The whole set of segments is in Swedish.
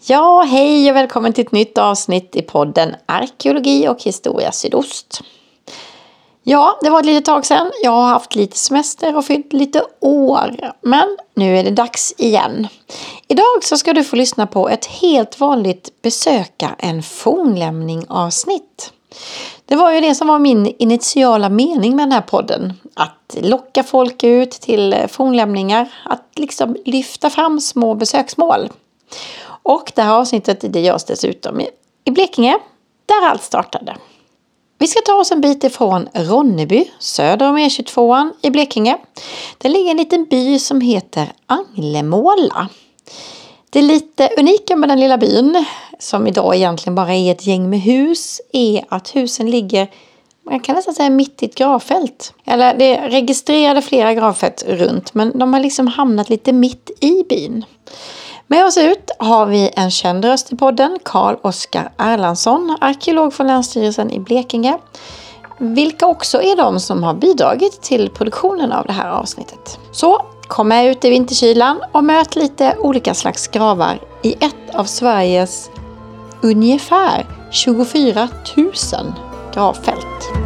Ja, hej och välkommen till ett nytt avsnitt i podden Arkeologi och historia sydost. Ja, det var ett litet tag sedan. Jag har haft lite semester och fyllt lite år. Men nu är det dags igen. Idag så ska du få lyssna på ett helt vanligt besöka en fornlämning avsnitt. Det var ju det som var min initiala mening med den här podden. Att locka folk ut till fornlämningar. Att liksom lyfta fram små besöksmål. Och det här avsnittet det görs dessutom i Blekinge, där allt startade. Vi ska ta oss en bit ifrån Ronneby, söder om E22 i Blekinge. Det ligger en liten by som heter Anglemåla. Det lite unika med den lilla byn, som idag egentligen bara är ett gäng med hus, är att husen ligger, man kan nästan säga mitt i ett gravfält. Eller det är registrerade flera gravfält runt, men de har liksom hamnat lite mitt i byn. Med oss ut har vi en känd röst i podden, Carl-Oskar Erlandsson, arkeolog från Länsstyrelsen i Blekinge. Vilka också är de som har bidragit till produktionen av det här avsnittet. Så kom med ut i vinterkylan och möt lite olika slags gravar i ett av Sveriges ungefär 24 000 gravfält.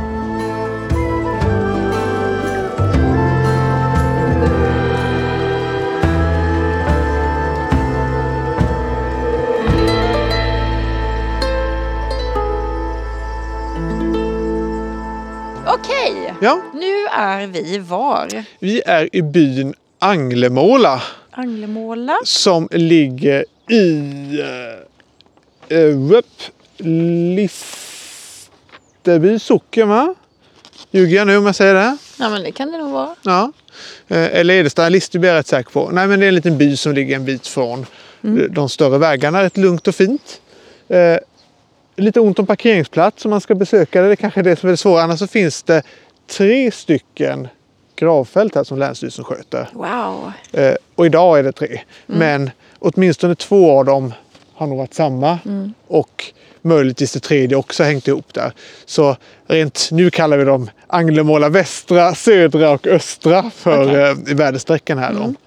Okej, Ja. Nu är vi var? Vi är i byn Anglemåla. Anglemåla. Som ligger i Listerby socken, va? Ljuger jag nu om jag säger det? Ja, men det kan det nog vara. Ja. Eller Edestad, Listerby är jag rätt säker på. Nej, men det är en liten by som ligger en bit från de större vägarna. Rätt lugnt och fint. Lite ont om parkeringsplats om man ska besöka det. Det kanske är det som är det svåra. Annars så finns det 3 stycken gravfält här som Länsstyrelsen sköter. Wow. Och idag är det 3. Men åtminstone 2 av dem har nog varit samma. Och möjligtvis det 3:e också hängt ihop där. Så rent nu kallar vi dem Anglemåla västra, södra och östra för vädersträckan här då.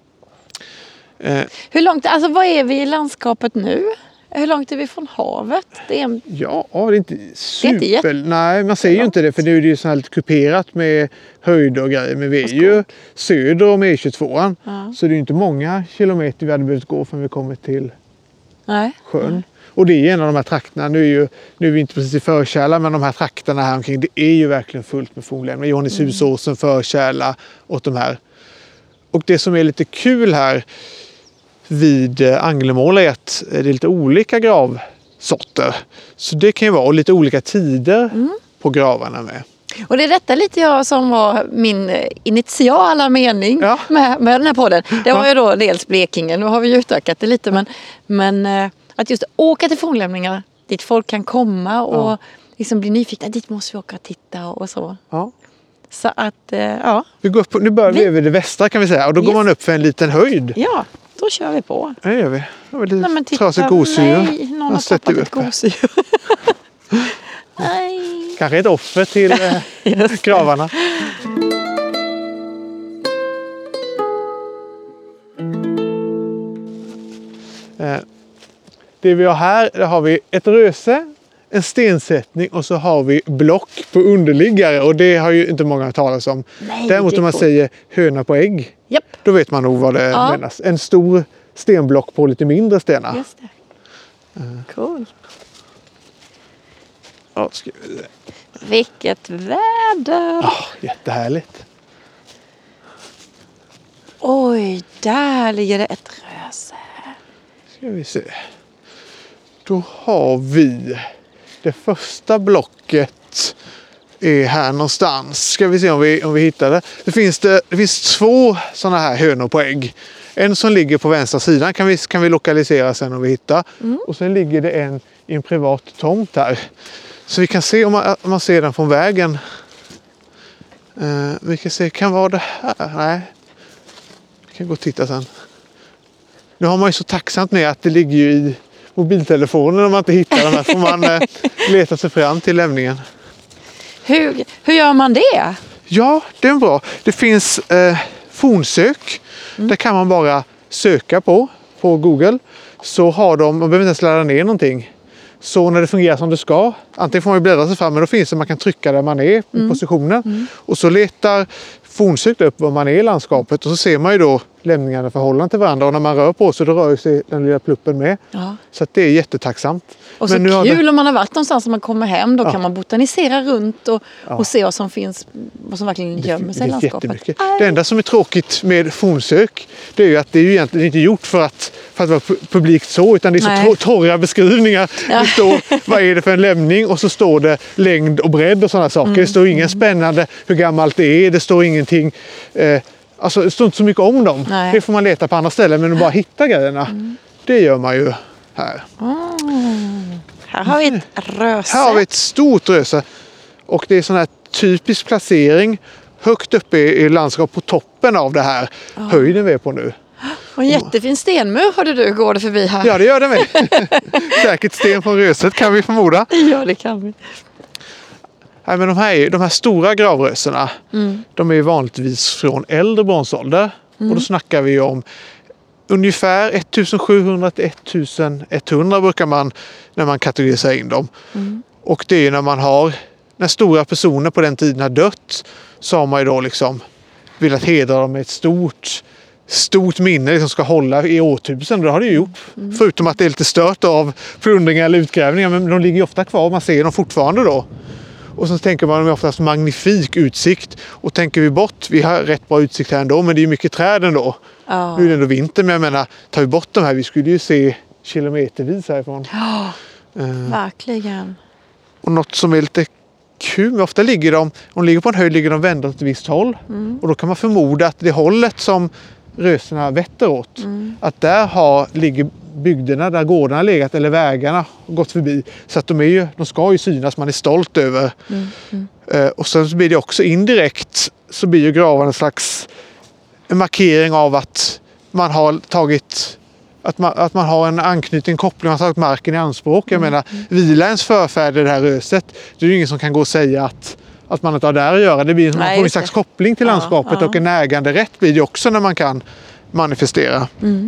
Hur långt, alltså vad är vi i landskapet nu? Hur långt är vi från havet? Ja, det är inte super... Det är inte Nej, man ser ju inte det för nu är det ju så här lite kuperat med höjd och grejer. Men vi är ju söder om E22. Så det är ju inte många kilometer vi hade behövt gå förrän vi kommer till sjön. Och det är en av de här trakterna. Nu är vi inte precis i Förkärla, men de här trakterna här omkring, det är ju verkligen fullt med fornlämningar. Johannishusåsen, Förkärla och de här. Och det som är lite kul här vid Anglemåla är att det är lite olika gravsorter. Så det kan ju vara lite olika tider på gravarna med. Och det är detta lite jag som var min initiala mening med den här podden. Det var ju då dels Blekinge, nu har vi ju utökat det lite. Men att just åka till fornlämningar dit folk kan komma och liksom bli nyfikna. Dit måste vi åka och titta och så. Ja. Så att, Vi går upp, nu börjar vi över det västra kan vi säga. Och då går man upp för en liten höjd. Ja, då kör vi på. Det gör vi. Det var lite titta, trasig gosedjur. Nej, någon har tappat ett gosedjur. Nej. Kanske ett offer till gravarna. Det vi har här, där har vi ett röse, en stensättning och så har vi block på underliggare. Och det har ju inte många talat om. Nej, däremot om man säger höna på ägg, då vet man nog vad det menas. En stor stenblock på lite mindre stenar. Just det. Cool. Ja, ska vi se. Vilket väder! Jättehärligt. Oj, där ligger det ett röse. Ska vi se. Då har vi det första blocket är här någonstans. Ska vi se om vi hittar det. Det finns 2 sådana här hönor på ägg. En som ligger på vänstra sidan kan vi lokalisera sen om vi hittar. Och sen ligger det en i en privat tomt här. Så vi kan se om man ser den från vägen. Vi kan se, kan vara det här? Nej. Vi kan gå och titta sen. Nu har man ju så tacksamt med att det ligger ju i mobiltelefonen om man inte hittar den här. Får man leta sig fram till lämningen. Hur gör man det? Ja, det är bra. Det finns fornsök. Där kan man bara söka på Google. så har man behöver inte ens ladda ner någonting. Så när det fungerar som det ska, antingen får man bläddra sig fram, men då finns det man kan trycka där man är i positionen. Och så letar fornsökt upp var man är i landskapet och så ser man ju då lämningarna i förhållande till varandra. Och när man rör på sig då rör sig den lilla pluppen med. Ja. Så att det är jättetacksamt. Och så kul om man har varit någonstans och man kommer hem, då kan man botanisera runt och se vad som finns, vad som verkligen gömmer sig i landskapet. Det enda som är tråkigt med fornsök, det är ju att det är ju egentligen inte gjort för att vara publikt så, utan det är så torra beskrivningar. Ja. Det står vad är det för en lämning och så står det längd och bredd och sådana saker. Det står ingen spännande hur gammalt det är, det står ingenting. Alltså det står inte så mycket om dem. Nej. Det får man leta på andra ställen, men att bara hitta grejerna, det gör man ju här. Här har vi ett röse. Här har vi ett stort röse. Och det är sån här typisk placering högt uppe i landskap på toppen av det här höjden vi är på nu. Och en jättefin stenmur hörde du, går det förbi här. Ja, det gör det med. Säkert sten från röset kan vi förmoda. Ja, det kan vi. Nej, men de här stora gravrösena, de är vanligtvis från äldre bronsålder. Och då snackar vi om ungefär 1700 till 1100 brukar man, när man kategoriserar in dem. Och det är när stora personer på den tiden har dött, så har man ju då liksom velat hedra dem med ett stort minne som ska hålla i årtusenden. Det har det ju gjort. Förutom att det är lite stört av plundringar eller utgrävningar, men de ligger ju ofta kvar och man ser dem fortfarande då. Och så tänker man att de har oftast magnifik utsikt. Och tänker vi bort, vi har rätt bra utsikt här ändå, men det är ju mycket träd ändå. Nu är det ändå vinter, men jag menar, tar vi bort de här, vi skulle ju se kilometervis härifrån. Ja, verkligen. Och något som är lite kul, ofta ligger de ligger på en höjd, ligger de vända åt ett visst håll. Och då kan man förmoda att det hållet som röserna vetter åt, att där ligger bygderna där gårdarna legat eller vägarna gått förbi. Så att de ska ju synas, man är stolt över. Och sen så blir det också indirekt, så blir ju gravarna en slags markering av att man har tagit, att man har en anknytning, koppling, man har tagit marken i anspråk. Jag menar, vila ens förfäder det här röset, det är ju ingen som kan gå och säga att man inte har där att göra. Det blir en slags koppling till landskapet och en äganderätt blir det också när man kan manifestera.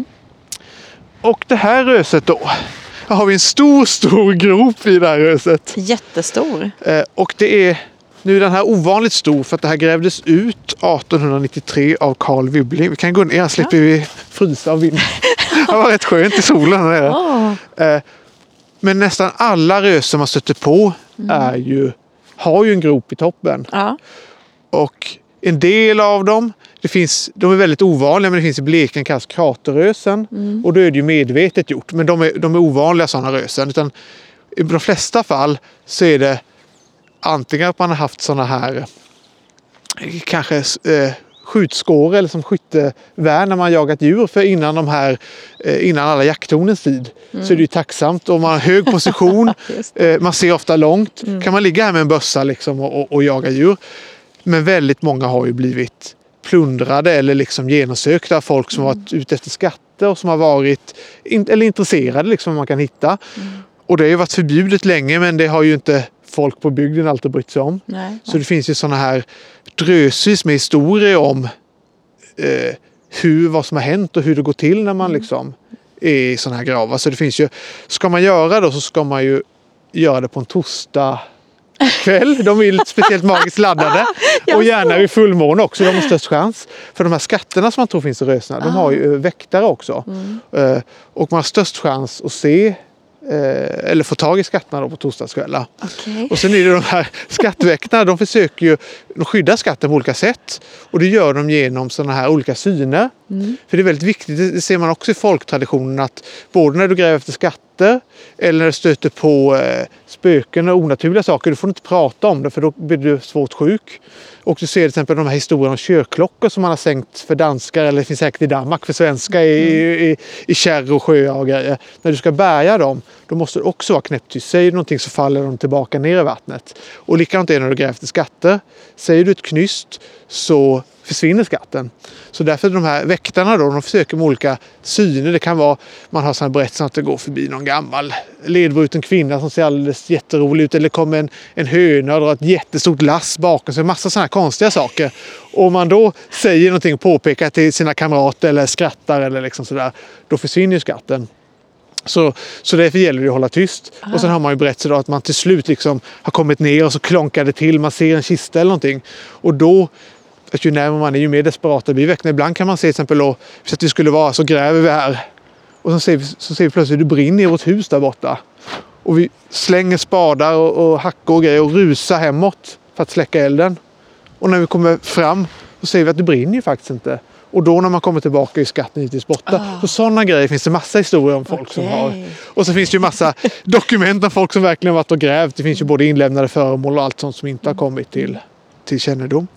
Och det här röset då, här har vi en stor grop i det här röset. Jättestor. Och det är nu den här ovanligt stor för att det här grävdes ut 1893 av Carl Wibbling. Vi kan gå ner, slipper vi frysa av vind. Det var rätt skönt i solen. Men nästan alla röser man stöter på har ju en grop i toppen. Och en del av dem, de är väldigt ovanliga, men det finns i Blekinge kallas kraterrösen. Och då är det ju medvetet gjort. Men de är ovanliga sådana rösen. Utan i de flesta fall så är det antingen att man har haft sådana här kanske skjutskåror eller som skyttevärn när man jagat djur. För innan alla jakttornens tid så är det ju tacksamt. Och man har hög position, man ser ofta långt. Kan man ligga här med en bössa liksom och jaga djur. Men väldigt många har ju blivit plundrade eller liksom genomsökta av folk som har varit ute efter skatter och som har varit eller intresserade liksom vad man kan hitta. Och det har ju varit förbjudet länge, men det har ju inte folk på bygden alltid brytt sig om. Så det finns ju sådana här drösvis med historier om vad som har hänt och hur det går till när man liksom är i sådana här gravar. Så det finns ju, ska man göra då så ska man ju göra det på en torsdag kväll. De är speciellt magiskt laddade. Och gärna i fullmåne också, de har störst chans. För de här skatterna som man tror finns i rösarna, de har ju väktare också. Och man har störst chans att se eller få tag i skatterna då på torsdagskvällar. Och sen är det de här skattväktarna, de skyddar skatten på olika sätt. Och det gör de genom sådana här olika syner. För det är väldigt viktigt, det ser man också i folktraditionen, att både när du gräver efter skatter eller när du stöter på spöken och onaturliga saker, du får inte prata om det för då blir du svårt sjuk. Och du ser till exempel de här historierna om körklockor som man har sänkt för danskar, eller det finns säkert i Danmark för svenskar i kärr och sjöar och grejer. När du ska bärga dem, då måste du också vara knäpptyst. Säger du någonting så faller de tillbaka ner i vattnet. Och likadant är det när du gräver efter skatter. Säger du ett knyst så försvinner skatten. Så därför de här väktarna då, de försöker med olika syner. Det kan vara, man har sådana berättelser att det går förbi någon gammal ledbruten kvinna som ser alldeles jätterolig ut. Eller kommer en höna och drar ett jättestort lass bakom sig. Massa sådana här konstiga saker. Och om man då säger någonting och påpekar till sina kamrater eller skrattar eller liksom sådär, då försvinner ju skatten. Så därför gäller det att hålla tyst. Och sen har man ju berättat att man till slut liksom har kommit ner och så klonkar det till. Man ser en kista eller någonting. Och då, ju närmare man är, ju mer desperata blir väckna. Ibland kan man se till exempel då, så att det skulle vara så gräver vi här. Och så ser vi plötsligt att det brinner i vårt hus där borta. Och vi slänger spadar och hackor och grejer och rusar hemåt för att släcka elden. Och när vi kommer fram så ser vi att det brinner ju faktiskt inte. Och då när man kommer tillbaka är skatten hittills borta. Så sådana grejer finns det massa historier om folk som har. Och så finns det ju massa dokument om folk som verkligen varit och grävt. Det finns ju både inlämnade föremål och allt sånt som inte har kommit till kännedom.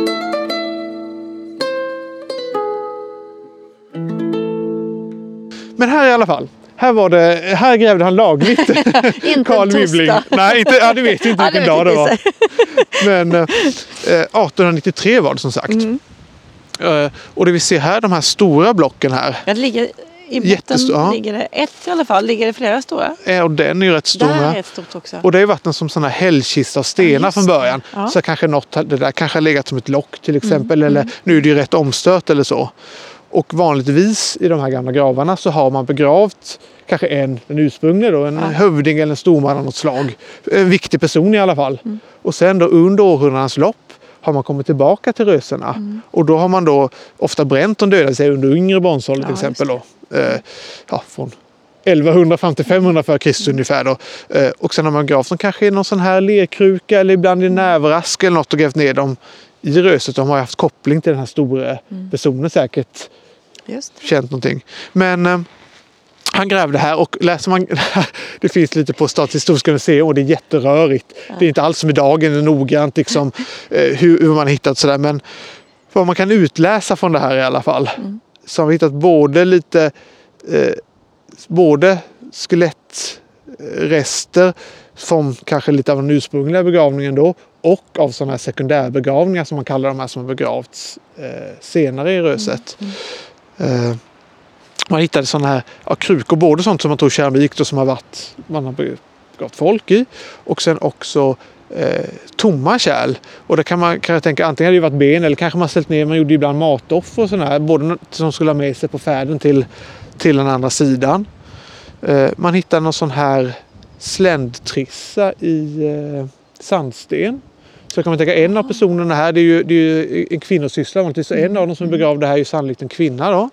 Men här i alla fall. Här grävde han lagligt. Inte Carl Wibling. Nej, det vet inte vilken dag det var. Men 1893 var det som sagt. Och det vi ser här, de här stora blocken här. Det ligger i botten, ligger det ett i alla fall. Ligger det flera stora? Och den är ju rätt stor. Det här är ett stort också. Och det är vatten som sådana hällkistor av stenar från början. Ja. Så kanske det där kanske har legat som ett lock till exempel. Eller nu är det ju rätt omstört eller så. Och vanligtvis i de här gamla gravarna så har man begravt kanske den ursprungliga då, en hövding eller en storman av något slag. En viktig person i alla fall. Och sen då under århundradenas lopp har man kommit tillbaka till röserna. Och då har man då ofta bränt de döda sig under yngre bronsålder till exempel då. Från 1100 fram till 500 före Kristus ungefär då. Och sen har man gravt dem kanske i någon sån här lerkruka eller ibland i nävrask eller något och grävt ner dem i röset. De har haft koppling till den här stora personen säkert. Känt någonting. Men han grävde här och läser man det finns lite på Statens historiska museum och det är jätterörigt. Det är inte alls som idag, det är noggrant liksom, hur man har hittat sådär. Men vad man kan utläsa från det här i alla fall. Så har vi hittat både skelettrester från kanske lite av den ursprungliga begravningen då och av sådana här sekundärbegravningar som man kallar de här som har begravts senare i röset. Man hittade sådana här krukor, både sånt som man tror keramik då, som man har begravt folk i och sen också tomma kärl. Och det kan jag tänka, antingen hade det varit ben eller kanske man ställt ner, man gjorde ibland matoffer och sådana här, både som skulle ha med sig på färden till den andra sidan. Man hittade någon sån här sländtrissa i sandsten. Så kan man tänka, en av personerna här, det är ju en kvinnosyssla, så en av dem som är begravd här är ju sannolikt en kvinna då.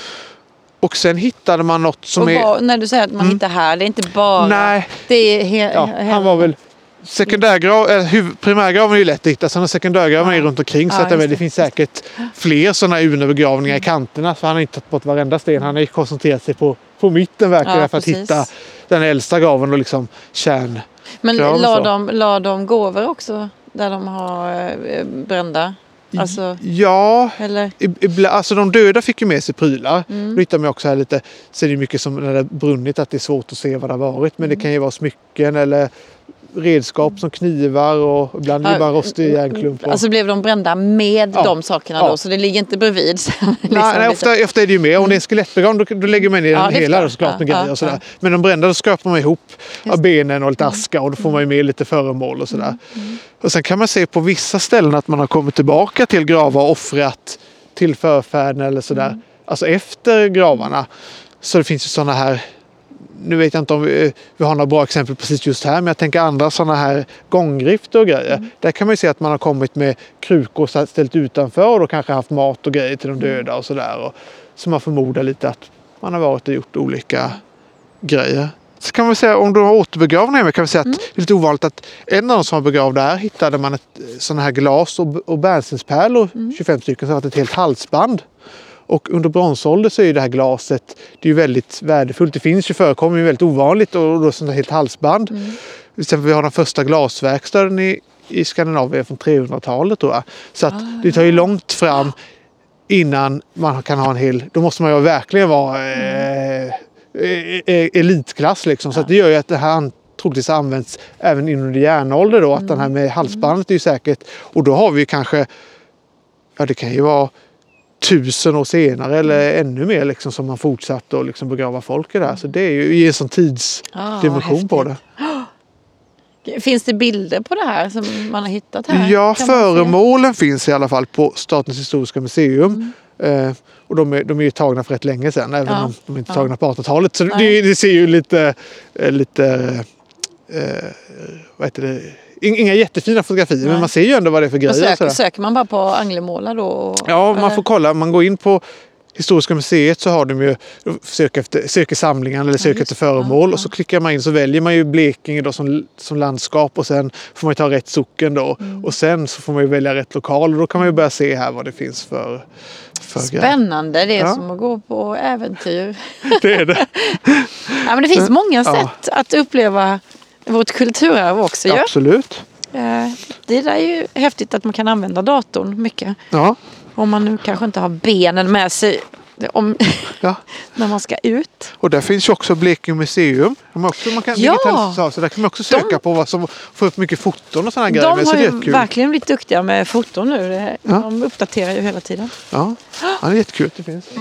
Och sen hittade man något som när du säger att man hittar här, det är inte bara... Nej. Det är han var väl... Primärgraven är ju lätt att hitta, sen sekundärgraven är runt omkring så att det finns säkert fler sådana urnebegravningar i kanterna, för han har inte tagit bort varenda sten, han har koncentrerat sig på mitten verkligen för att hitta den äldsta graven och liksom kärn. Men la de gåvor också där de har brända? Alltså, eller? Alltså de döda fick ju med sig prylar. Då hittar man också här lite, så är det mycket som när det brunnit att det är svårt att se vad det har varit, men det kan ju vara smycken eller redskap som knivar och ibland är det bara rostig järnklump. Alltså blev de brända med de sakerna då, så det ligger inte bredvid. Nej, ofta är det ju med. Om det är en skelettbegravning då lägger man ner den hela såklart med grejer och sådär. Men de brända då skrapar man ihop av benen och lite aska och då får man ju med lite föremål och sådär. Och sen kan man se på vissa ställen att man har kommit tillbaka till gravar och offrat till förfärden eller sådär. Alltså efter gravarna. Så det finns ju sådana här, nu vet jag inte om vi har några bra exempel precis just här, men jag tänker andra sådana här gånggifter och grejer. Där kan man ju se att man har kommit med krukor och ställt utanför och då kanske haft mat och grejer till de döda och sådär. Så man förmodar lite att man har varit och gjort olika grejer. Så kan man säga, om du har återbegravningar kan vi säga att det är lite ovanligt att en av de som var begravda där hittade man ett sådana här glas och bärnstenspärlor, 25 stycken, så var det ett helt halsband. Och under bronsålder så är det här glaset, det är ju väldigt värdefullt. Det finns ju, förekommer ju väldigt ovanligt och då sånt här helt halsband. Till exempel vi har den första glasverkstaden i Skandinavien från 300-talet tror jag. Så att det tar ju långt fram innan man kan ha en hel, då måste man ju verkligen vara elitklass liksom. Så att det gör ju att det här troligtvis har använts även inom järnålder då. Att den här med halsbandet är ju säkert, och då har vi kanske, det kan ju vara 1000 år senare eller ännu mer liksom, som man fortsatt att liksom begrava folk i det här. Så det är ju en sån tidsdimension på det. Finns det bilder på det här som man har hittat här? Ja, föremålen finns i alla fall på Statens historiska museum. Och de är ju tagna för rätt länge sedan, även om de inte är tagna på 1800-talet. Så det ser ju lite vad heter det? Inga jättefina fotografier, men man ser ju ändå vad det är för grejer. Söker man bara på Anglermåla då? Ja, man får kolla. Man går in på Historiska museet så har de ju söker samlingar eller söker efter föremål och så klickar man in så väljer man ju Blekinge då som landskap och sen får man ju ta rätt socken då och sen så får man ju välja rätt lokal och då kan man ju börja se här vad det finns för spännande, det är som att gå på äventyr. Det är det. Ja, men det finns många sätt att uppleva vårt kulturarv också. Ja, absolut. Det där är ju häftigt att man kan använda datorn mycket. Ja. Om man nu kanske inte har benen med sig när man ska ut. Och där finns ju också Blekinge museum. Man kan digitalisera, så där kan man också söka på vad som får upp mycket foton och sådana grejer. De har ju verkligen blivit duktiga med foton nu. De uppdaterar ju hela tiden. Ja, det är jättekul. Det finns.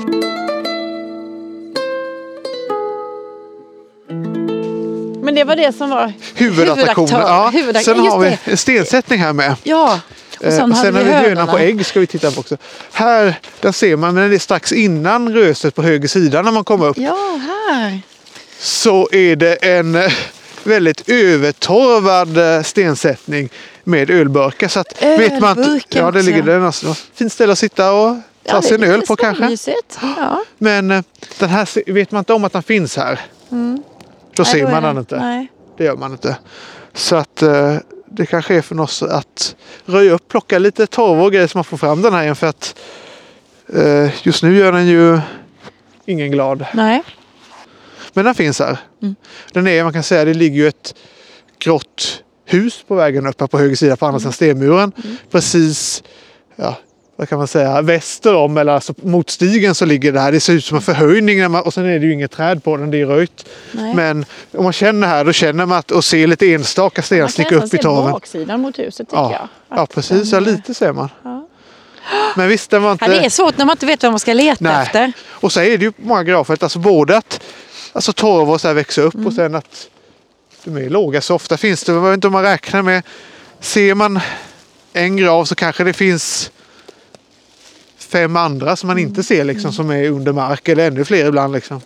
Men det var det som var huvudattraktionen. Ja. Sen har vi en stensättning här med. Ja. Och sen har vi hönan på ägg ska vi titta på också. Här, där ser man, men det är strax innan röset på höger sida när man kommer upp. Ja, här. Så är det en väldigt övertorvad stensättning med ölburkar. Så att vet man att, det ligger där någonstans. Fint ställe att sitta och ta sig en öl på kanske. Ja. Men den här vet man inte om att den finns här. Då ser man den inte. Nej. Det gör man inte. Så att det kanske är för oss att röja upp, plocka lite torv och grejer så man får fram den här igen för att just nu gör den ju ingen glad. Nej. Men den finns här. Den är, man kan säga, det ligger ju ett grått hus på vägen upp här på höger sida på andra sidan stenmuren. Precis, vad kan man säga, väster om eller alltså mot stigen så ligger det här. Det ser ut som en förhöjning och sen är det ju inget träd på den, det är röjt. Nej. Men om man känner här då känner man att och ser lite enstaka stenstick upp i torven. Man kan baksidan mot huset tycker jag. Ja, precis. Ja, lite ser man. Ja. Men visst, den var inte... det är svårt när man inte vet vad man ska leta efter. Och så är det ju många gravfält, alltså både att torv och så här växer upp och sen att de är låga så ofta finns det, jag vet inte om man räknar med, ser man en grav så kanske det finns 5 andra som man inte ser liksom, som är under mark eller ännu fler ibland liksom.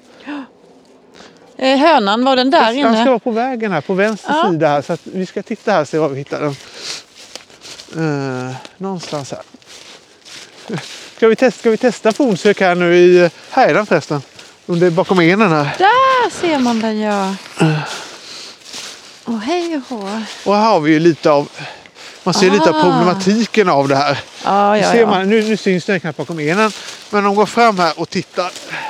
Hönan, var den där inne? Den ska vara på vägen här, på vänster sida här, så att vi ska titta här och se var vi hittar den. Någonstans här. Ska vi testa fornsök här nu i Härdan förresten? Under bakom enen här. Där ser man den, ja. Hej och hå. Och här har vi ju lite av, man ser lite av problematiken av det här. Ser man, nu syns den knappt bakom enen. Men om man går fram här och tittar.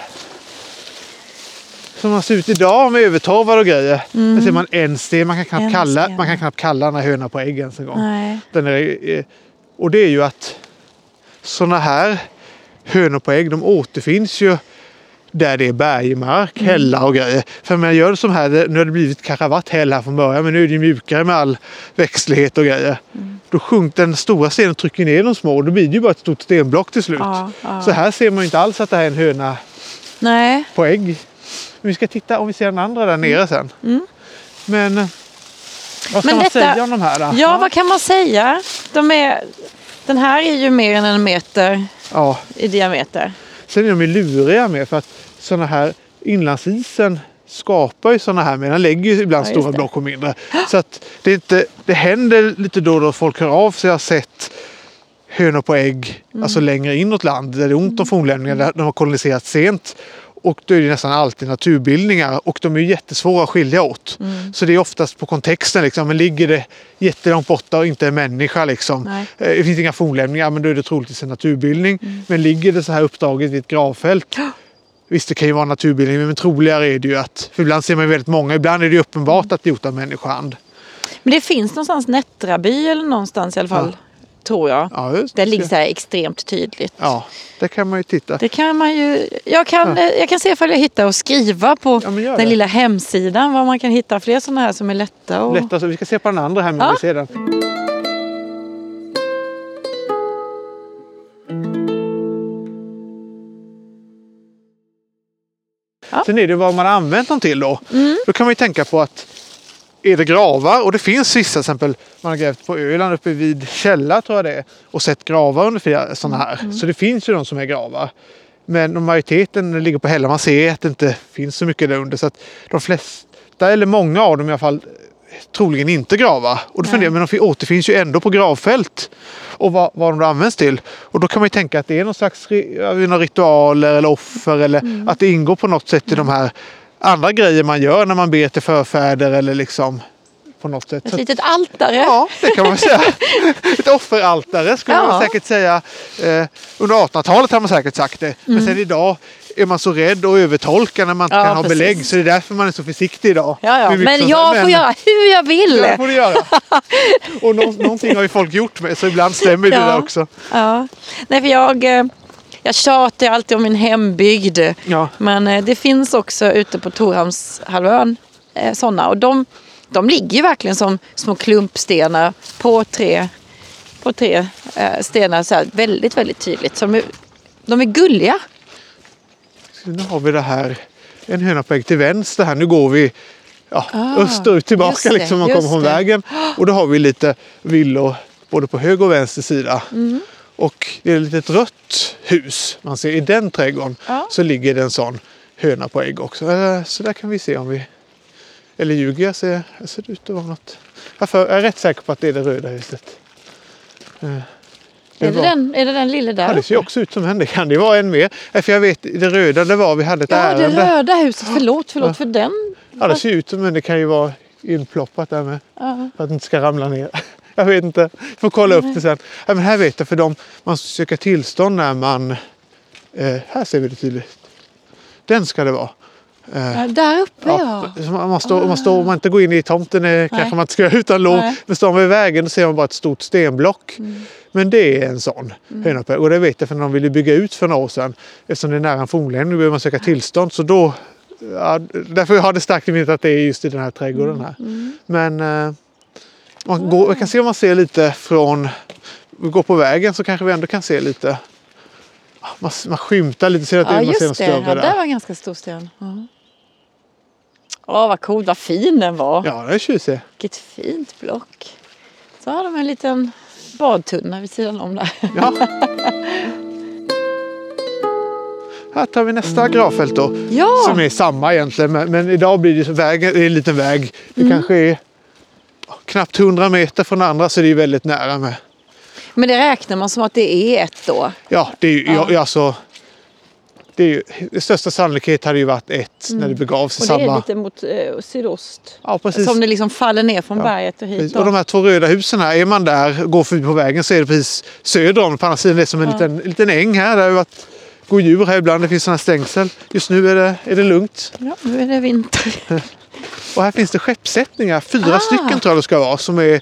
Som man ser ut idag med övertorvar och grejer. Där ser man en sten. Man kan knappt kalla den här hönan på äggen en gång. Nej. Och det är ju att sådana här hönor på ägg, de återfinns ju där det är bergmark, hällar och grejer. För man gör det som här, nu har det blivit kanske varit häll här från början, men nu är det mjukare med all växtlighet och grejer. Då sjunker den stora stenen och trycker ner de små och då blir det ju bara ett stort stenblock till slut. Så här ser man ju inte alls att det här är en höna på ägg. Men vi ska titta om vi ser den andra där nere sen. Men vad ska man säga om de här då? Ja, vad kan man säga? Den här är ju mer än 1 meter i diameter. Sen är de ju luriga med för att sådana här inlandsisen skapar ju sådana här, men den lägger ju ibland stora block och mindre. Så att det händer lite då folk hör av sig. Jag har sett hönor på ägg alltså längre inåt land där det är ont om fornlämningar, där de har koloniserat sent. Och då är det nästan alltid naturbildningar och de är ju jättesvåra att skilja åt. Så det är oftast på kontexten liksom, men ligger det jättelångt borta och inte en människa liksom. Det finns inga fornlämningar, men då är det troligtvis en naturbildning. Men ligger det så här uppdraget vid ett gravfält, visst det kan ju vara naturbildning, men troligare är det ju att, för ibland ser man väldigt många, ibland är det ju uppenbart att det är gjort av människohand. Men det finns någonstans Nättraby eller någonstans i alla fall. Tror jag. Ja, just, det ligger så här extremt tydligt. Ja, det kan man ju titta. Det kan man ju. Jag kan se ifall jag hittar och skriva på den lilla hemsidan vad man kan hitta fler sådana här som är lätta. Lätta, så vi ska se på den andra här när vi ser den. Sen är det vad man har använt dem till då. Då kan man ju tänka på att är det gravar, och det finns vissa, till exempel man har grävt på Öland uppe vid Källa tror jag det är, och sett gravar under flera sådana här. Så det finns ju de som är gravar. Men majoriteten ligger på hällar, man ser att det inte finns så mycket där under, så att de flesta, eller många av dem i alla fall, troligen inte gravar. Och då funderar jag, men de återfinns ju ändå på gravfält. Och vad de då används till. Och då kan man ju tänka att det är någon slags ritualer eller offer, eller att det ingår på något sätt i de här andra grejer man gör när man ber till förfäder, eller liksom på något sätt. Ett litet altare. Ja, det kan man säga. Ett offeraltare skulle man säkert säga. Under 1800-talet har man säkert sagt det. Men sen idag är man så rädd och övertolkar när man inte kan ha belägg. Så det är därför man är så försiktig idag. Men jag får göra hur jag vill. Det får du göra. Och någonting har ju folk gjort med, så ibland stämmer det där också. Ja. Nej, för jag tjatar alltid om min hembygd. Ja. Men det finns också ute på Torhamnshalvön sådana. Och de ligger ju verkligen som små klumpstenar på tre stenar, så här, väldigt, väldigt tydligt. Så de är gulliga. Så nu har vi det här, en höna på väg till vänster här. Nu går vi österut tillbaka liksom, man kommer från vägen. Och då har vi lite villor både på höger och vänster sida. Och det är ett litet rött hus. Man ser i den trädgården så ligger det en sån höna på ägg också. Så där kan vi se om vi... Eller ljuger jag, ser det ut att vara något. Jag är rätt säker på att det är det röda huset. Är det den lilla där? Ja, det ser också ut som en. Det kan det vara en mer. För jag vet, det röda det var, vi hade ett ärende. Ja, det röda huset. Förlåt för den. Ja, det ser ut som en. Det kan ju vara inploppat där med. För att det inte ska ramla ner. Jag vet inte. Jag får kolla upp det sen. Ja, men här vet jag, för man söker tillstånd när man... här ser vi det tydligt. Den ska det vara. Där uppe om man inte går in i tomten kanske man inte ska utan lov. Men står man vid vägen så ser man bara ett stort stenblock. Men det är en sån höna på. Och det vet jag, för när de ville bygga ut för några år sedan. Eftersom det är nära en fornlämning, nu behöver man söka tillstånd. Så då, därför har det starkt i minnet att det är just i den här trädgården här. Men man kan se, om man ser lite från, vi går på vägen så kanske vi ändå kan se lite. Man skymtar lite, ser att man ser en större där. Det var en ganska stor sten. Vad coolt, vad fin den var. Ja, det är tjusig. Vilket fint block. Så har de en liten badtunna vid sidan om där. Ja. Här tar vi nästa gravfält då. Ja. Som är samma egentligen. Men idag blir det en liten väg. Det kanske är knappt 100 meter från andra, så det är väldigt nära med. Men det räknar man som att det är ett då? Ja, det är ju alltså... Det största sannolikhet hade ju varit ett när det begavs i samma... Och det är lite mot sydost. Ja, precis. Som det liksom faller ner från berget och hit. Och de här två röda husen här, är man där, går förbi på vägen, så är det precis söder om. På andra sidan är det som en liten äng här. Det har ju varit godjur här ibland, det finns sådana stängsel. Just nu är det lugnt. Ja, nu är det vinter. Och här finns det skeppssättningar, 4 stycken tror jag det ska vara, som är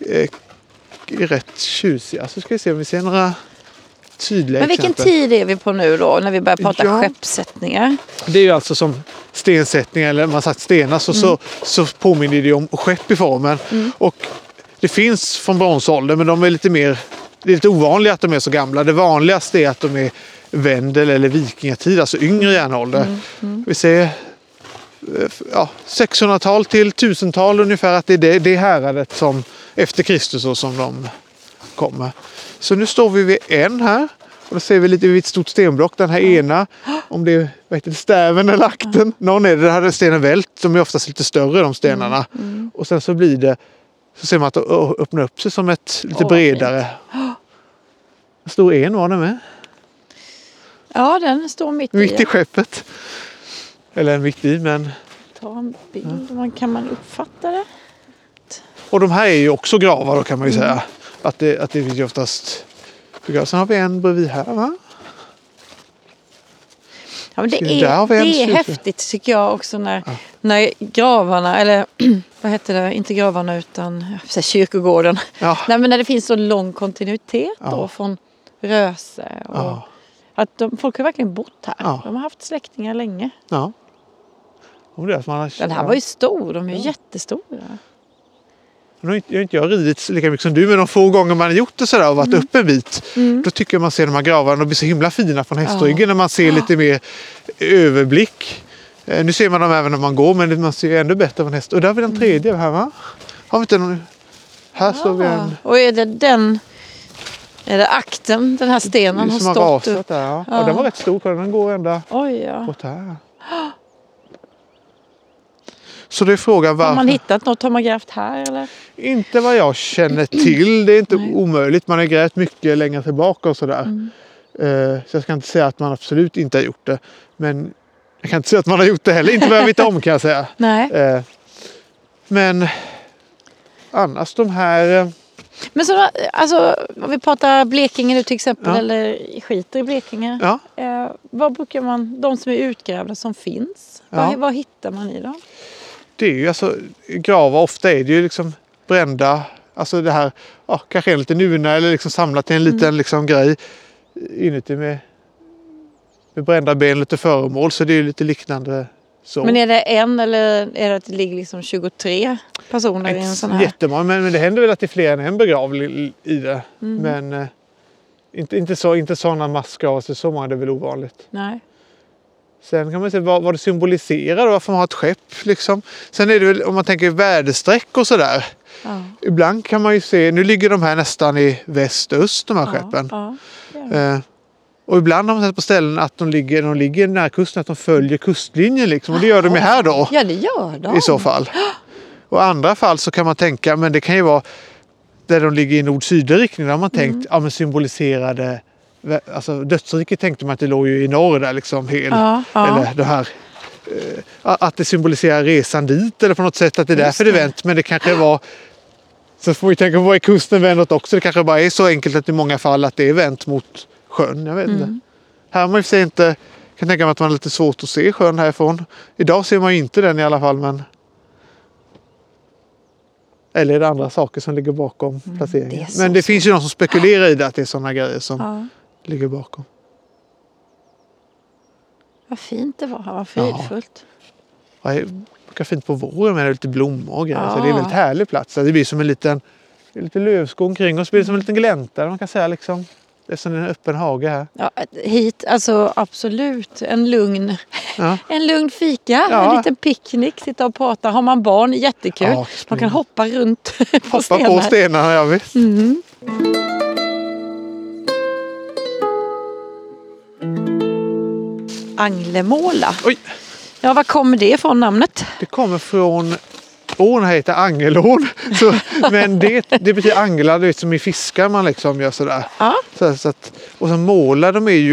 rätt tjusiga. Så ska vi se om vi ser några... Men vilken tid är vi på nu då, när vi börjar prata skeppssättningar? Det är ju alltså som stensättningar, eller man har sagt stenar, så påminner det om skepp i formen. Och det finns från bronsåldern, men de är det är lite ovanligt att de är så gamla. Det vanligaste är att de är vendel- eller vikingatid, alltså yngre järnålder. Vi ser 600-tal till 1000-tal ungefär, att det är det häradet som efter Kristus och som de kommer. Så nu står vi vid en här. Och då ser vi lite vid ett stort stenblock. Den här ena, om det är stäven eller akten. Någon är det hade stenen vält. De är oftast lite större, de stenarna. Och sen så blir det, så ser man att det öppnar upp sig som ett lite bredare. En stor en var den med. Ja, den står mitt i skeppet. Eller mitt i, men... Ta en bild, kan man uppfatta det? Och de här är ju också gravar då, kan man ju säga. Att det finns ju oftast... Sen har vi en bredvid här, va? Ja, men det är häftigt tycker jag också när gravarna, eller vad heter det, inte gravarna utan kyrkogården. Ja. Nej, men när det finns så lång kontinuitet då från Röse. Och att folk har verkligen bott här. Ja. De har haft släktingar länge. Ja. Den här var ju stor, de är ju jättestora. Nu har inte jag ridit lika mycket som du, men de få gånger man har gjort det sådär och varit uppe en bit, då tycker jag man ser de här gravarna, de blir så himla fina från hästryggen när man ser lite mer överblick. Nu ser man dem även när man går, men man ser ju ännu bättre av en häst. Och där har vi den tredje här, va? Har vi inte någon... Här står vi en... Och är det den... Är det akten, den här stenen har stått upp? Där, ja. Ja, den var rätt stor, den går ända bort här. Så det är frågan varför... Har man hittat något? Har man grävt här eller? Inte vad jag känner till. Det är inte omöjligt. Man har grävt mycket längre tillbaka och sådär. Så jag ska inte säga att man absolut inte har gjort det. Men jag kan inte säga att man har gjort det heller. Inte vad jag vet om, kan jag säga. Nej. Men annars de här... Men så, alltså, om vi pratar Blekinge nu till exempel, eller skiter i Blekinge. Ja. Vad brukar man, de som är utgrävda som finns, vad hittar man i dem? Det är ju alltså, gravar ofta är det ju liksom brända, alltså det här, kanske en liten urna eller liksom samlat i en liten liksom grej inuti med brända ben, lite föremål, så det är ju lite liknande så. Men är det en eller är det att det ligger liksom 23 personer i en sån här? Jättemånga, men det händer väl att det är fler än en begravd i det. Men inte sådana massgravar, så många är det väl ovanligt. Nej. Sen kan man se vad det symboliserar och varför man har ett skepp liksom. Sen är det väl, om man tänker väderstreck och sådär. Ja. Ibland kan man ju se, nu ligger de här nästan i väst-öst, de här skeppen. Ja. Och ibland har man sett på ställen att de ligger nära kusten, att de följer kustlinjen liksom. Och det gör de ju här då. Ja, det gör de. I så fall. Och i andra fall så kan man tänka, men det kan ju vara där de ligger i nord-syd riktning. Där har man tänkt, men symboliserade, alltså dödsriket tänkte man att det låg ju i norr där liksom. Eller det här, att det symboliserar resan dit eller på något sätt, att det är därför det vänt. Men det kanske var, så får vi tänka på vad är kusten vänt också. Det kanske bara är så enkelt att i många fall att det är vänt mot sjön, jag vet inte. Här har man ju inte, kan tänka mig att man har lite svårt att se sjön härifrån. Idag ser man ju inte den i alla fall, men eller är det andra saker som ligger bakom placeringen. Men det finns ju någon som spekulerar i det, att det är sådana grejer som ligger bakom. Vad fint det var, vad fridfullt. Ja, det är fint på våren med lite blommor och grejer. Så det är en väldigt härlig plats. Det blir som en liten lövskog omkring oss, blir det som en liten glänta, man kan säga liksom. Det är som en öppen hage här. Ja, hit, alltså absolut. En lugn fika, en liten picknick, sitta och prata. Har man barn, jättekul. Ja, man kan hoppa runt på stenarna, ja visst. Anglemåla. Oj. Ja, var kommer det ifrån, namnet? Det kommer från... Ån heter angelån, men det betyder anglar, det är som i fiskar man liksom gör sådär. Ja. Så att, och så måla,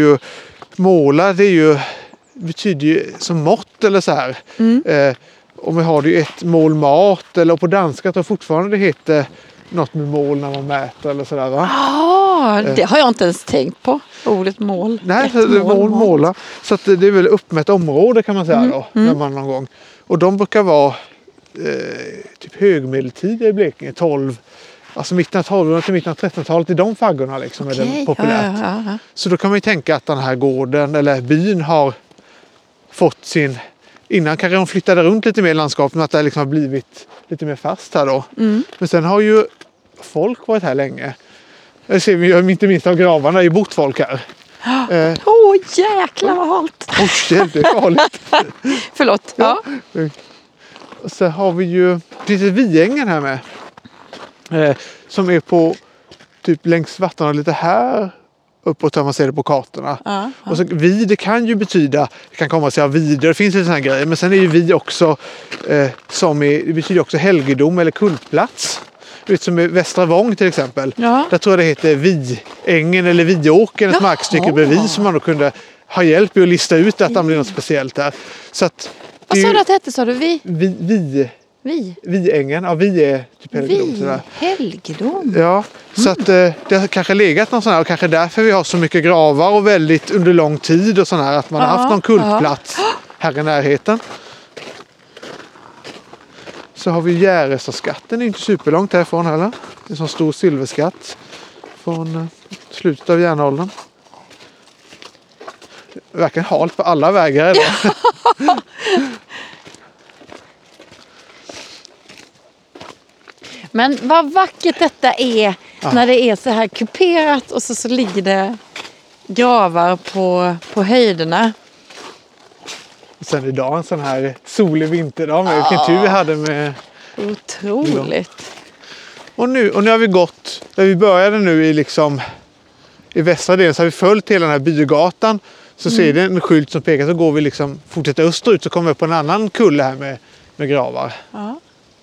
det betyder ju som mått eller så här. Om vi har det ju ett mål mat, eller på danska tror jag fortfarande det heter något med mål när man mäter eller sådär, va? Det har jag inte ens tänkt på, ordet mål. Nej, måla. Så att det är väl uppmätt område kan man säga då, när man någon gång. Och de brukar vara typ högmedeltid i Blekinge, 12, alltså mitten av 1200 till mitten av 1300-talet, i de faggorna liksom, är det populärt. Ja. Så då kan man ju tänka att den här gården eller byn har fått sin, innan kanske de flyttade runt lite mer i landskapet, men att det liksom har blivit lite mer fast här då. Men sen har ju folk varit här länge. Det ser vi ju inte minst av gravarna, det är ju bott folk här. Jäklar vad halt! Det är farligt. Förlåt. Ja. Och så har vi ju lite Viängen här med. Som är på typ längs vattnet lite här uppåt, man ser det på kartorna. Och så det kan ju betyda, det kan komma sig av vidare, det finns lite sådana här grejer. Men sen är ju vi också, det betyder också helgedom eller kultplats. Som i Västra Vång till exempel. Ja. Där tror jag det heter Viängen eller Viåken, ett markstycke bredvid, som man då kunde ha hjälp i att lista ut att det blir något speciellt där. Så att vad sa du att det hette, sa du? Viängen, ja, vi är typ helgedom. Helgedom? Ja, så att det har kanske legat någon sån här, och kanske därför vi har så mycket gravar och väldigt under lång tid och sån här, att man har haft någon kultplats här i närheten. Så har vi Järrestaskatten, det är inte superlångt härifrån heller. Det är en sån stor silverskatt från slutet av järnåldern. Det verkar halt på alla vägar idag. Men vad vackert detta är när det är så här kuperat och så ligger det gravar på höjderna. Sen idag en sån här solig vinterdag med vilken tur vi hade med... Otroligt. Och nu har vi gått, där vi började nu i västra delen så har vi följt hela den här bygatan. Så ser det en skylt som pekar så går vi fortsätter österut så kommer vi upp på en annan kulle här med gravar. Ja.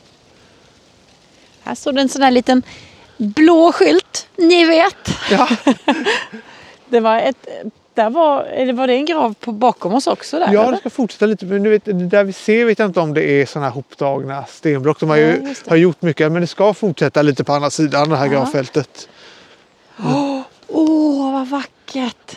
Här står det en sån här liten blå skylt, ni vet. Ja. Det var det en grav bakom oss också där? Ja, eller? det ska fortsätta lite. Men där vi ser vet jag inte om det är såna här hoptagna stenblock. De har gjort mycket, men det ska fortsätta lite på andra sidan det här gravfältet. Åh, vad vackert!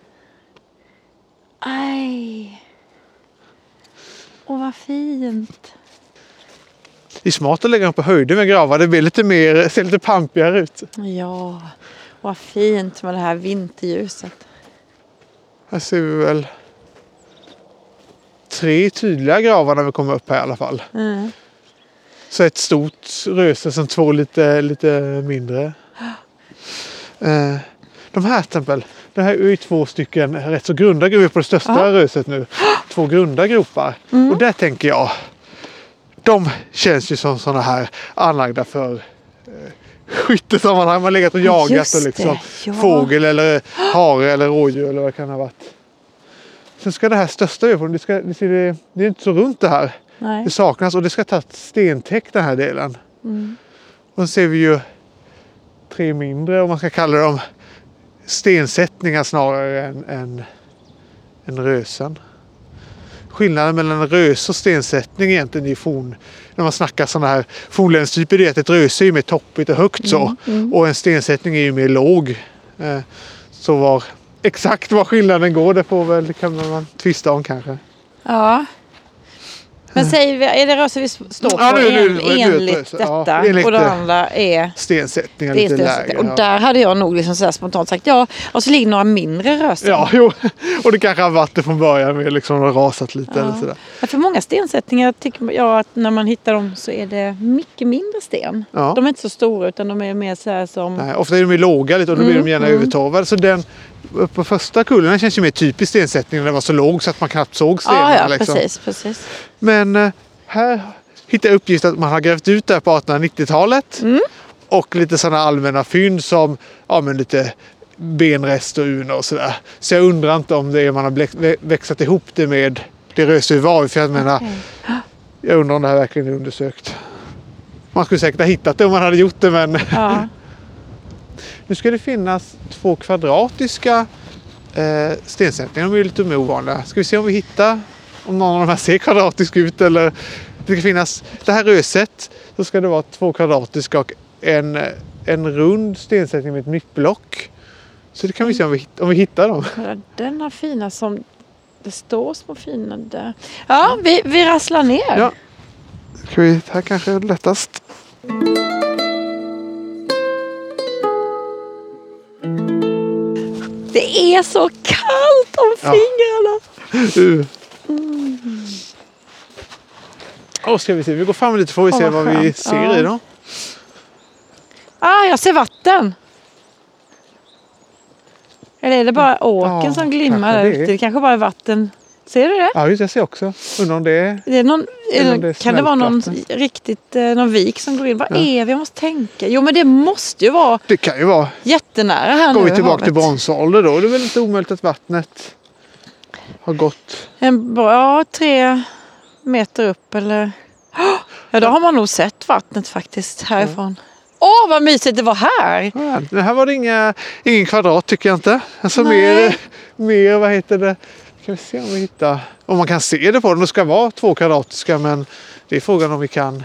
Aj! Åh, vad fint! Det är smart att lägga dem på höjden med gravar. Det blir ser lite pampigare ut. Ja, vad fint med det här vinterljuset. Här ser vi väl 3 tydliga gravar när vi kommer upp här i alla fall. Mm. Så ett stort röse som 2 lite mindre. De här tempel, det här är ju 2 stycken rätt så grunda gropar på det största röset nu. 2 grunda gropar. Och där tänker jag, de känns ju som sådana här anlagda för skyttesammanhang. Man har legat och jagat och fågel eller hare eller rådjur eller vad det kan ha varit. Sen ska det här största det är inte så runt det här. Nej. Det saknas och det ska ta ett stentäck den här delen. Och så ser vi ju 3 mindre, om man ska kalla dem stensättningar snarare än rösen. Skillnaden mellan en rös och stensättning egentligen när man snackar sådana här fornlämstyper är att ett röse är ju mer toppigt och högt så. Och en stensättning är ju mer låg. Så exakt var skillnaden går, det kan man tvista om kanske. Ja. Men säger vi, är det röse vi står på enligt detta och det andra är stensättningar lite lägre. Och där hade jag nog så här spontant sagt och så ligger några mindre rösen. Ja, jo. Och det kanske har varit det från början med har rasat lite eller sådär. Ja, för många stensättningar tycker jag att när man hittar dem så är det mycket mindre sten. Ja. De är inte så stora utan de är mer så här som... Nej, ofta är de låga lite och då blir de gärna övertorvade. Så den på första kullen känns ju mer typisk stensättning när den var så låg så att man knappt såg stenarna. Ja, precis. Men här hittar jag uppgift att man har grävt ut där på 1890-talet. Och lite sådana allmänna fynd som lite benrester och urnor och sådär. Så jag undrar inte om det är man har växlat ihop det med det röse var. För jag undrar om det här verkligen är undersökt. Man skulle säkert ha hittat det om man hade gjort det, men... Ja. Nu ska det finnas 2 kvadratiska stensättningar. De är lite mer ovanliga. Ska vi se om vi hittar om någon av de här ser kvadratisk ut eller det ska finnas det här röset. Så ska det vara 2 kvadratiska och en rund stensättning med ett mittblock. Så det kan vi se om vi hittar dem. Den har fina som det står små fina där. Ja, vi rasslar ner. Ja. Här kanske är det lättast. Det är så kallt om fingrarna. Ska vi se. Vi går fram lite får vi se vad vi ser i dem. Jag ser vatten. Eller är det bara åken som glimmar där ute? Det kanske bara är vatten. Ser du det? Ja, just jag ser också. Undrar om det är... Kan det vara någon vik som går in? Vad är vi? Jag måste tänka. Jo, men det måste ju vara... Det kan ju vara. Jättenära här nu. Går vi tillbaka till bronsålder då? Det är väl inte omöjligt att vattnet har gått... 3 meter upp eller... Ja, då har man nog sett vattnet faktiskt härifrån. Vad mysigt det var här. Ja, det här var det ingen kvadrat tycker jag inte. Alltså mer, vad heter det? Kan vi se om vi hittar... Om man kan se det på dem. Det ska vara 2 kvadratiska men det är frågan om vi kan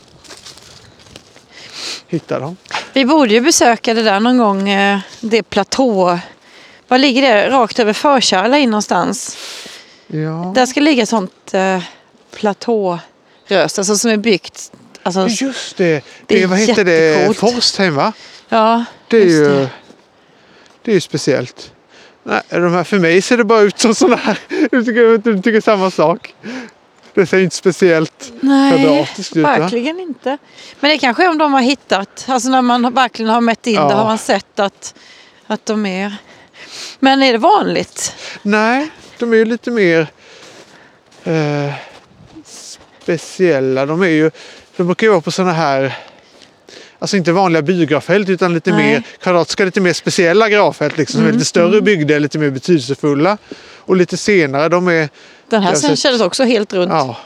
hitta dem. Vi borde ju besöka det där någon gång. Det platå. Var ligger det? Rakt över Förkärla in någonstans. Ja. Där ska ligga sånt platårös. Alltså som är byggt. Alltså, just det. Vad heter det? Forstheim va? Ja, det är ju speciellt. Nej, för mig ser det bara ut som sådana här. Du tycker samma sak. Det ser inte speciellt kvadratiskt ut. Nej, verkligen inte. Men det kanske är om de har hittat. Alltså när man verkligen har mätt in det har man sett att de är... Men är det vanligt? Nej, de är ju lite mer... speciella. De brukar ju vara på såna här, alltså inte vanliga bygravfält utan lite mer kvadratiska, lite mer speciella gravfält liksom, som är lite större byggda, lite mer betydelsefulla. Och lite senare, den här kändes också helt runt. Ja,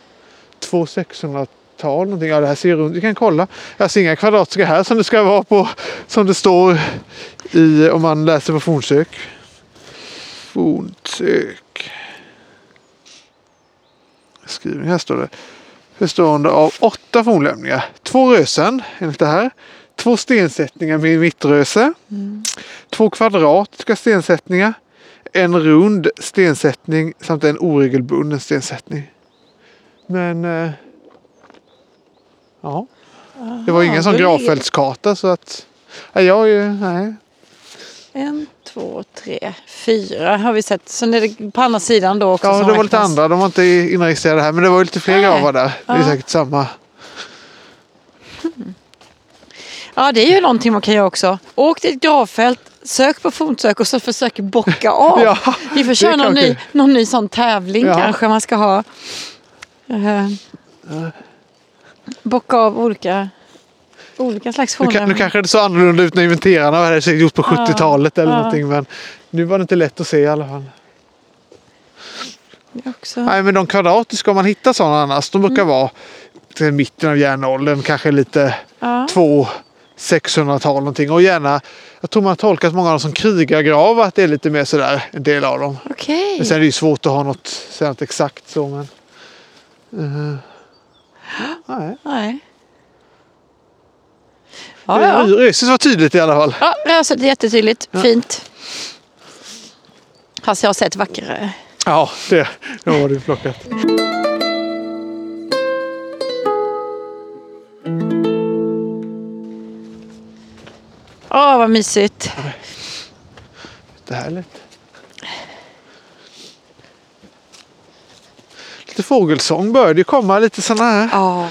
2600-tal någonting. Ja, det här ser runt. Vi kan kolla. Jag ser inga kvadratiska här som det ska vara på, som det står i, om man läser på fornsök. Fornsök. Skrivning, här står det. Bestående av 8 fornlämningar. 2 rösen, enligt det här. 2 stensättningar med mittröse. 2 kvadratiska stensättningar. En rund stensättning samt en oregelbunden stensättning. Men ja, det var ingen sån gravfältskarta så att nej. 1, 2, 3, 4 har vi sett. Sen är det på andra sidan då också. Ja, det var lite andra. De var inte inregistrerade här, men det var lite fler gravar där. Det är säkert samma. Ja, det är ju någonting man kan göra också. Åk till ett gravfält, sök på fornsök och så försök bocka av. Ja, vi får köra någon ny sån tävling kanske man ska ha. Bocka av olika slags fornlämningar. Nu kanske det så annorlunda ut när inventerarna var det gjort på 70-talet eller någonting, men nu var det inte lätt att se i alla fall. Nej, men de kvadratiska, om man hittar sådana annars, de brukar vara till mitten av järnåldern, kanske lite 600-tal någonting, och gärna, jag tror man har tolkat många av dem som krigargrav, att det är lite mer sådär, en del av dem. Okay. Men sen är det ju svårt att ha något exakt så, men nej. Röset var tydligt i alla fall. Ja, röset är jättetydligt. Fint. Fast jag har sett vackrare. Ja, det var det plockat. Vad mysigt. Det här är lite. Lite fågelsång började ju komma, lite såna här. Ja.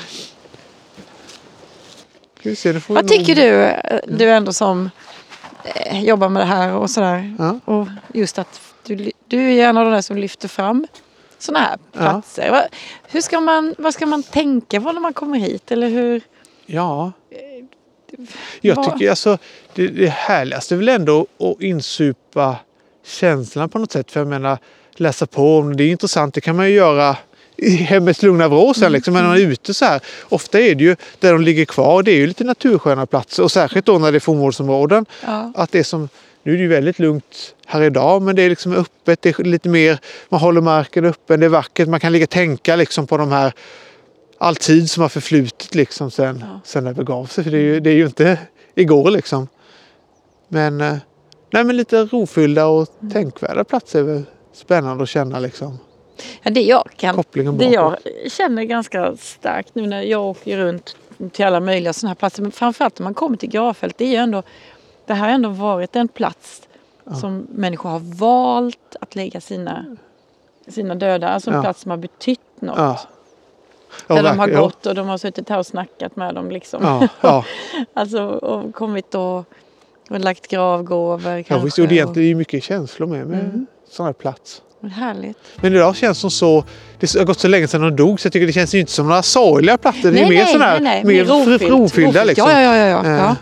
Vad tycker du ändå som jobbar med det här och sådär. Ja. Och just att du är en av de där som lyfter fram såna här platser. Ja. Vad ska man tänka på när man kommer hit? Eller hur? Ja. Jag tycker alltså det härligaste är väl ändå att insupa känslan på något sätt. För jag menar, läsa på om det är intressant, det kan man ju göra i hemmets lugna vrå sen liksom. Men när man är ute så här, ofta är det ju där de ligger kvar, det är ju lite natursköna platser. Och särskilt då när det är fornvårdsområden. Ja. Att det är som, nu är det ju väldigt lugnt här idag, men det är liksom öppet, det är lite mer, man håller marken öppen, det är vackert, man kan ligga och tänka liksom på de här all tid som har förflutit liksom sen det begav sig. För det är ju inte igår liksom. Men lite rofyllda och tänkvärda platser är väl spännande att känna liksom. Ja, det jag känner ganska starkt nu när jag åker runt till alla möjliga sådana här platser. Men framförallt när man kommer till gravfält, det här har ändå varit en plats som människor har valt att lägga sina döda. Alltså en plats som har betytt något. Ja. Där de har gått och de har suttit här och snackat med dem liksom. Alltså och kommit och lagt gravgåvor kanske. Ja, visst, och det är ju mycket känslor med sån här plats. Härligt. Men idag känns det som det har gått så länge sedan de dog, så jag tycker det känns ju inte som några sorgliga platser. Det är mer sån här, mer rofyllda liksom. Ja.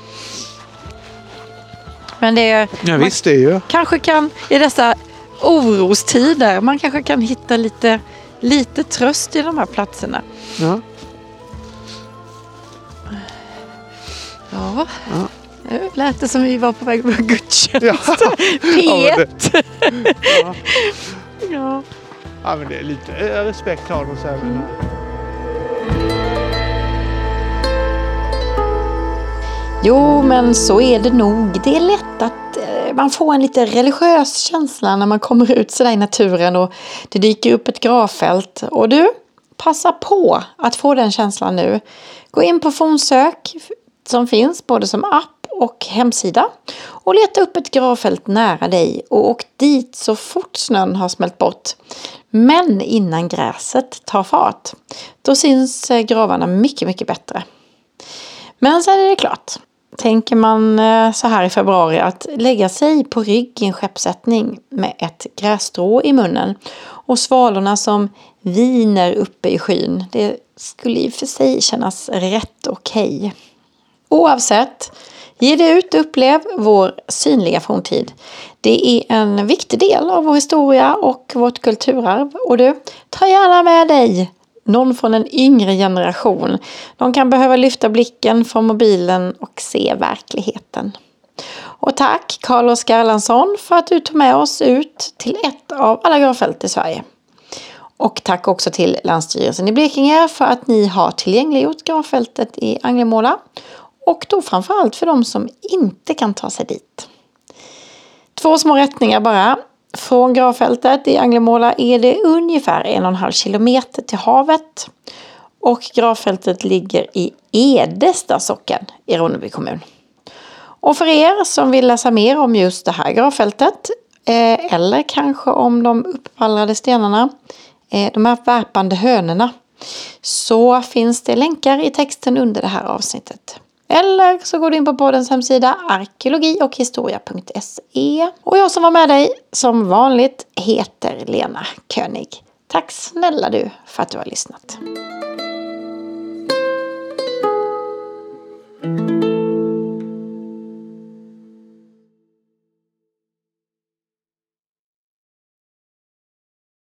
Men det är... Ja, visst det är ju. Kanske kan, i dessa orostider, man kanske kan hitta lite tröst i de här platserna. Ja. Ja. Nu lät det som vi var på väg på gudstjänst. P1. Ja, men det är lite respekt har de så här. Jo, men så är det nog. Det är lätt att man får en lite religiös känsla när man kommer ut så där i naturen och det dyker upp ett gravfält. Och du, passa på att få den känslan nu. Gå in på fornsök som finns både som app och hemsida och leta upp ett gravfält nära dig och åk dit så fort snön har smält bort. Men innan gräset tar fart. Då syns gravarna mycket, mycket bättre. Men så är det klart. tänker man så här i februari att lägga sig på rygg i en skeppssättning med ett grässtrå i munnen och svalorna som viner uppe i skyn. Det skulle i och för sig kännas rätt okej. Oavsett, ge dig ut och upplev vår synliga forntid. Det är en viktig del av vår historia och vårt kulturarv. Och du, ta gärna med dig någon från en yngre generation. De kan behöva lyfta blicken från mobilen och se verkligheten. Och tack Carl-Oskar Erlandsson för att du tog med oss ut till ett av alla gravfält i Sverige. Och tack också till Länsstyrelsen i Blekinge för att ni har tillgängliggjort gravfältet i Anglemåla. Och då framförallt för de som inte kan ta sig dit. 2 små rättningar bara. Från gravfältet i Anglemåla är det ungefär 1,5 kilometer till havet. Och gravfältet ligger i Edesta socken i Ronneby kommun. Och för er som vill läsa mer om just det här gravfältet, eller kanske om de uppvallrade stenarna, de här värpande hönorna, så finns det länkar i texten under det här avsnittet. Eller så går du in på poddens hemsida arkeologiochhistoria.se. Och jag som var med dig som vanligt heter Lena König. Tack snälla du för att du har lyssnat.